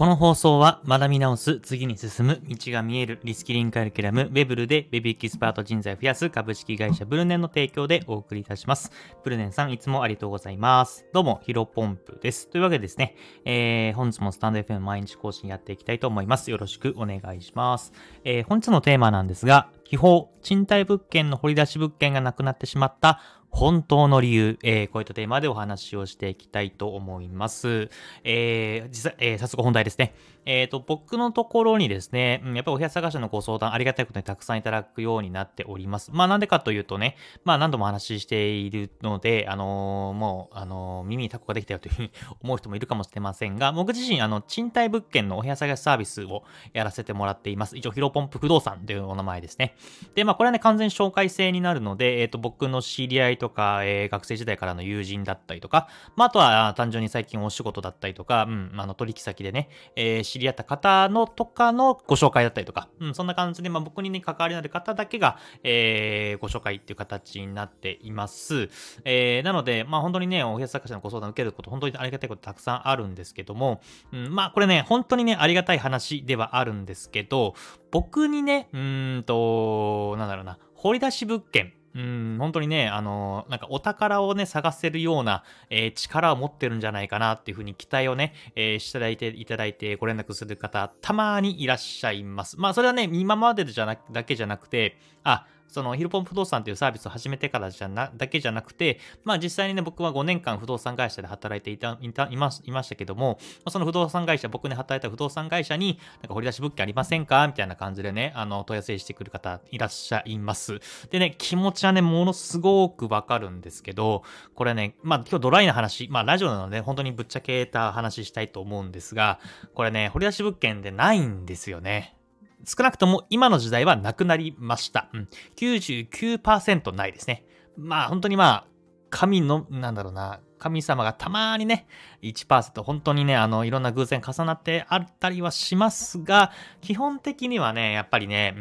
この放送は学び直す、次に進む、道が見える、リスキリングカリキュラム、ウェブルでウェブエキスパート人材を増やす株式会社ブルネンの提供でお送りいたします。ブルネンさん、いつもありがとうございます。どうも、ヒロポンプです。というわけでですね、本日もスタンド FM 毎日更新やっていきたいと思います。よろしくお願いします。本日のテーマなんですが、気泡、賃貸物件の掘り出し物件がなくなってしまった本当の理由、こういったテーマでお話をしていきたいと思います。早速本題ですね。僕のところにですね、やっぱりお部屋探しのご相談ありがたいことにたくさんいただくようになっております。なんでかというとね、何度もお話ししているので、耳にタコができたよというふうに思う人もいるかもしれませんが、僕自身、賃貸物件のお部屋探しサービスをやらせてもらっています。一応、ヒロポンプ不動産というお名前ですね。で、これはね、完全紹介制になるので、僕の知り合いとか、学生時代からの友人だったりとか、あとは単純に最近お仕事だったりとか、取引先でね、知り合った方のとかのご紹介だったりとか、そんな感じで、僕にね、関わりのある方だけが、ご紹介っていう形になっています。なので、本当にね、お部屋探しのご相談を受けること、本当にありがたいことたくさんあるんですけども、これね、本当にね、ありがたい話ではあるんですけど、僕にね、掘り出し物件、本当にね、なんかお宝をね、探せるような、力を持ってるんじゃないかなっていう風に期待をね、していただいてご連絡する方、たまにいらっしゃいます。それはね、今までだけじゃなくて、そのヒルポン不動産というサービスを始めてからだけじゃなくて、実際にね、僕は5年間不動産会社で働いていましたけども、その不動産会社、僕に働いた不動産会社に、なんか掘り出し物件ありませんかみたいな感じでね、問い合わせしてくる方いらっしゃいます。でね、気持ちはね、ものすごくわかるんですけど、これね、今日ドライな話、ラジオなので本当にぶっちゃけた話したいと思うんですが、これね、掘り出し物件でないんですよね。少なくとも今の時代はなくなりました。99% ないですね。本当に神様がたまにね、1%、本当にね、いろんな偶然重なってあったりはしますが、基本的にはね、やっぱりね、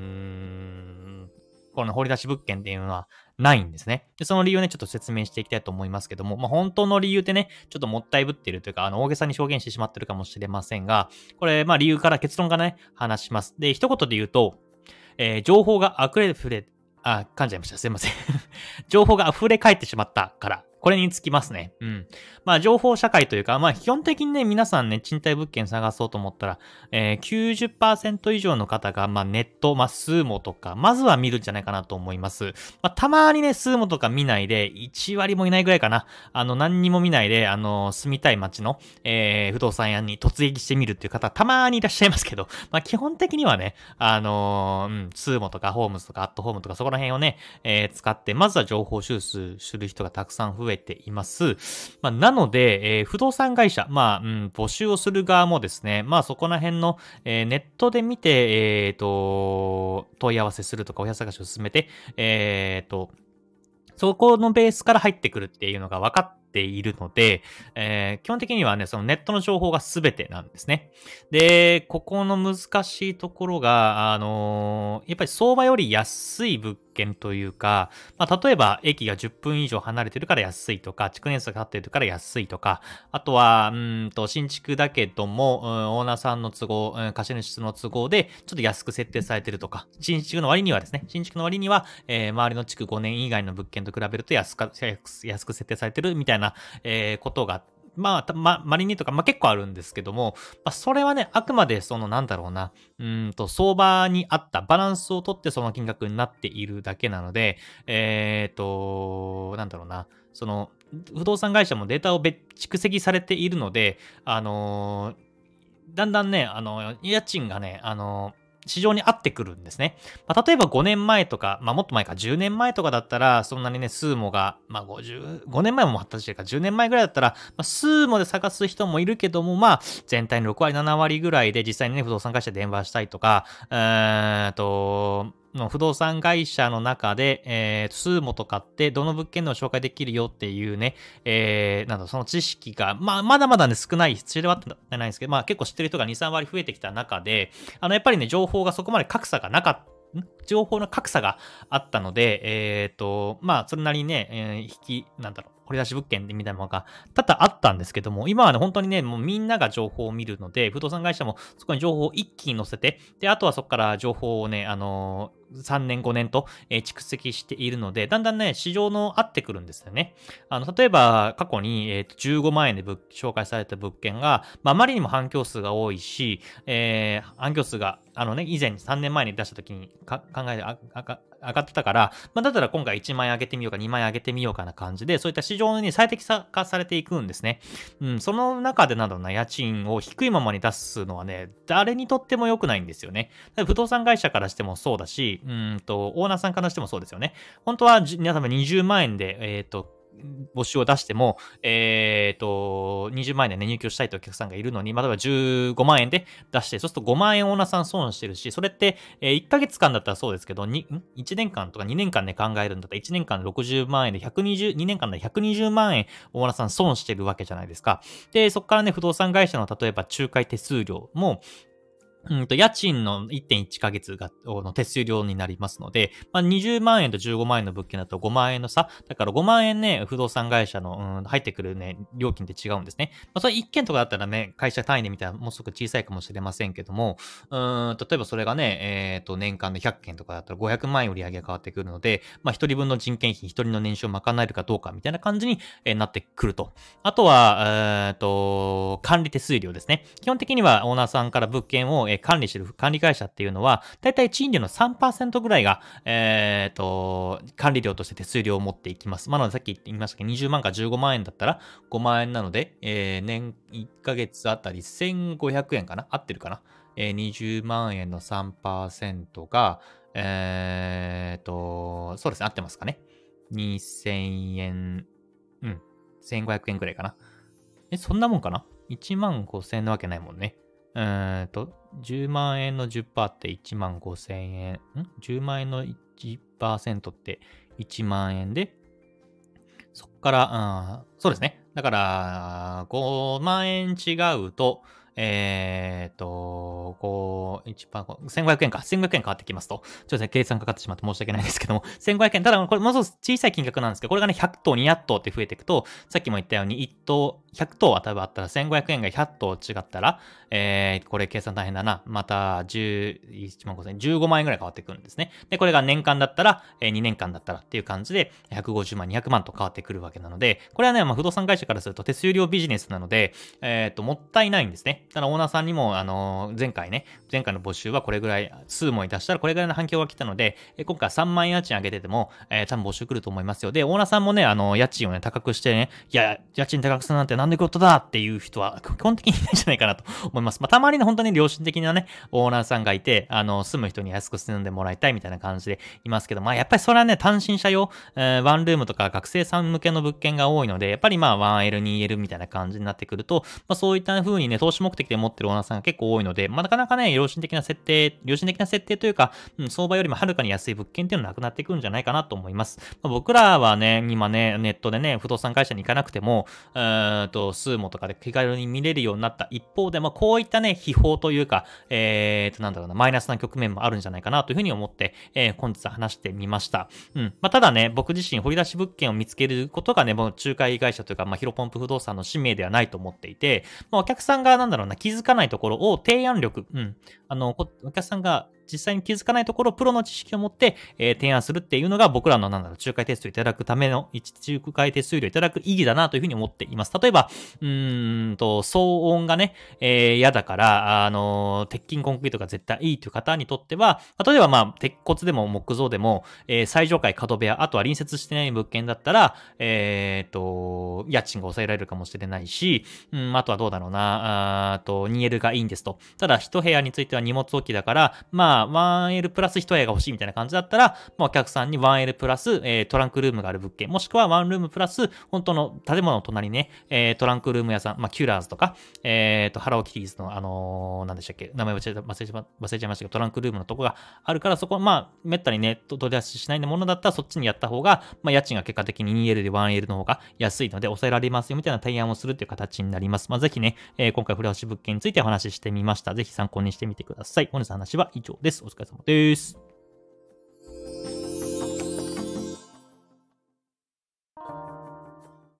この掘り出し物件っていうのはないんですね。で、その理由をね、ちょっと説明していきたいと思いますけども、本当の理由ってね、ちょっともったいぶっているというか、大げさに表現してしまってるかもしれませんが、これ、理由から結論からね、話します。で、一言で言うと、情報が噛んじゃいました。すいません。情報が溢れ返ってしまったから。これにつきますね。情報社会というか、基本的にね、皆さんね、賃貸物件探そうと思ったら、90% 以上の方が、ネット、スーモとか、まずは見るんじゃないかなと思います。たまにね、スーモとか見ないで、1割もいないぐらいかな。何にも見ないで、住みたい街の、不動産屋に突撃してみるっていう方、たまにいらっしゃいますけど、基本的にはね、スーモとか、ホームズとか、アットホームとか、そこら辺をね、使って、まずは情報収集する人がたくさん増えています。なので、不動産会社、募集をする側もですね、そこら辺の、ネットで見て、問い合わせするとか、お部屋探しを進めて、そこのベースから入ってくるっていうのが分かっているので、基本的にはね、そのネットの情報が全てなんですね。で、ここの難しいところが、やっぱり相場より安い物件というか、例えば駅が10分以上離れてるから安いとか、築年数が経ってるから安いとか、あとは、新築だけども、オーナーさんの都合、貸主の都合で、ちょっと安く設定されてるとか、新築の割には、周りの築5年以外の物件と比べると安く設定されてるみたいな、ことが、稀にとか、結構あるんですけども、それはね、あくまで相場に合ったバランスをとってその金額になっているだけなので、不動産会社もデータを蓄積されているので、だんだんね、家賃がね、市場に合ってくるんですね。例えば5年前とか、もっと前か10年前とかだったら、そんなにね、スーモが、5年前も発達してるから10年前ぐらいだったら、スーモで探す人もいるけども、全体の6割、7割ぐらいで実際にね、不動産会社で電話したりとか、の不動産会社の中で、スーモとかってどの物件でも紹介できるよっていうね、その知識が、まだまだね、少ない、知れ渡ってないんですけど、結構知ってる人が2、3割増えてきた中で、やっぱりね、情報がそこまで格差がなかった情報の格差があったので、まあ、それなりにね、掘り出し物件みたいなものが多々あったんですけども、今はね、本当にね、もうみんなが情報を見るので、不動産会社もそこに情報を一気に載せて、で、あとはそこから情報をね、3年5年と、蓄積しているので、だんだんね、市場の合ってくるんですよね。例えば、過去に、15万円で紹介された物件が、まあ、あまりにも反響数が多いし、反響数が、以前3年前に出した時に考えて上がってたから、まあ、だったら今回1万円上げてみようか、2万円上げてみようかな感じで、そういった市場に最適化されていくんですね。その中で家賃を低いままに出すのはね、誰にとっても良くないんですよね。不動産会社からしてもそうだし、オーナーさんからしてもそうですよね。本当は皆様20万円で、募集を出しても、20万円でね、入居したいというお客さんがいるのに、例えば15万円で出して、そうすると5万円オーナーさん損してるし、それって、1ヶ月間だったらそうですけど、1年間とか2年間で考えるんだったら、1年間で60万円で2年間で120万円オーナーさん損してるわけじゃないですか。で、そこからね、不動産会社の例えば仲介手数料も、家賃の1.1ヶ月の手数料になりますので、まあ、20万円と15万円の物件だと5万円の差。だから5万円ね、不動産会社の、入ってくるね、料金って違うんですね。まあ、それ1件とかだったらね、会社単位で見たらもうすごく小さいかもしれませんけども、例えばそれがね、年間で100件とかだったら500万円売り上げが変わってくるので、まあ、1人分の人件費、1人の年収を賄えるかどうかみたいな感じになってくると。あとは、管理手数料ですね。基本的にはオーナーさんから物件を管理している管理会社っていうのは、だいたい賃料の 3% ぐらいが、管理料として手数料を持っていきます。まあ、なのでさっき言いましたけど、20万か15万円だったら5万円なので、年1ヶ月あたり1500円かな合ってるかな、20万円の 3% が、そうですね、合ってますかね。2000円、1500円くらいかな。そんなもんかな？ 1 万5千円なわけないもんね。10万円の 10% って1万5千円。10万円の 1% って1万円で、そっから、そうですね。だから、5万円違うと、1500円か。1500円変わってきますと。ちょっとね、計算かかってしまって申し訳ないですけども、1500円。ただ、これもう小さい金額なんですけど、これがね、100頭、200頭って増えていくと、さっきも言ったように、1頭、100頭は多分あったら、1500円が100頭違ったら、これ計算大変だな。また、11万5千円、15万円ぐらい変わってくるんですね。で、これが年間だったら、2年間だったらっていう感じで、150万、200万と変わってくるわけなので、これはね、まあ、不動産会社からすると手数料ビジネスなので、もったいないんですね。ただオーナーさんにも、前回の募集はこれぐらい、数も出したらこれぐらいの反響が来たので、今回3万円家賃上げてても、多分募集来ると思いますよ。で、オーナーさんもね、家賃をね、高くしてね、いや、家賃高くするなんてなんでことだっていう人は、基本的にいないんじゃないかなと思います。まあ、たまにね、本当に良心的なね、オーナーさんがいて、住む人に安く住んでもらいたいみたいな感じでいますけど、まあ、やっぱりそれはね、単身者用、ワンルームとか学生さん向けの物件が多いので、やっぱりまあ、1L、2L みたいな感じになってくると、まあ、そういった風にね、投資目的で持ってるオーナーさんが結構多いので、まあ、なかなかね、良心的な設定というか、相場よりもはるかに安い物件っていうのはなくなっていくんじゃないかなと思います。まあ、僕らはね、今ね、ネットでね、不動産会社に行かなくても、スーモとかで気軽に見れるようになった一方で、まあ、こういったね、秘宝というか、マイナスな局面もあるんじゃないかなというふうに思って、本日は話してみました。まあ、ただね、僕自身掘り出し物件を見つけることがね、もう仲介会社というか、まあ、ヒロポンプ不動産の使命ではないと思っていて、まあ、お客さんが気づかないところを提案力、お客さんが実際に気づかないところをプロの知識を持って、提案するっていうのが僕らの仲介手数料いただくための、仲介手数料いただく意義だなというふうに思っています。例えば、騒音がね、嫌だから、鉄筋コンクリートが絶対いいという方にとっては、例えばまあ、鉄骨でも木造でも、最上階角部屋、あとは隣接してない物件だったら、家賃が抑えられるかもしれないし、あとはどうだろうな、2L がいいんですと。ただ、一部屋については荷物置きだから、まあ、1L プラス一部屋が欲しいみたいな感じだったら、まあ、お客さんに 1L プラス、トランクルームがある物件、もしくはワンルームプラス、本当の建物の隣にね、トランクルーム屋さん、まあ、キュラーズとか、ハローキティーズの、何でしたっけ、名前忘れちゃいましたけど、トランクルームのとこがあるから、そこ、まあ、めったにね、取り出ししないものだったら、そっちにやった方が、まあ、家賃が結果的に 2L で 1L の方が安いので、抑えられますよ、みたいな提案をするっていう形になります。まあ、ぜひね、今回、フラッシュ物件についてお話ししてみました。ぜひ参考にしてみてください。本日の話は以上です。お疲れ様です。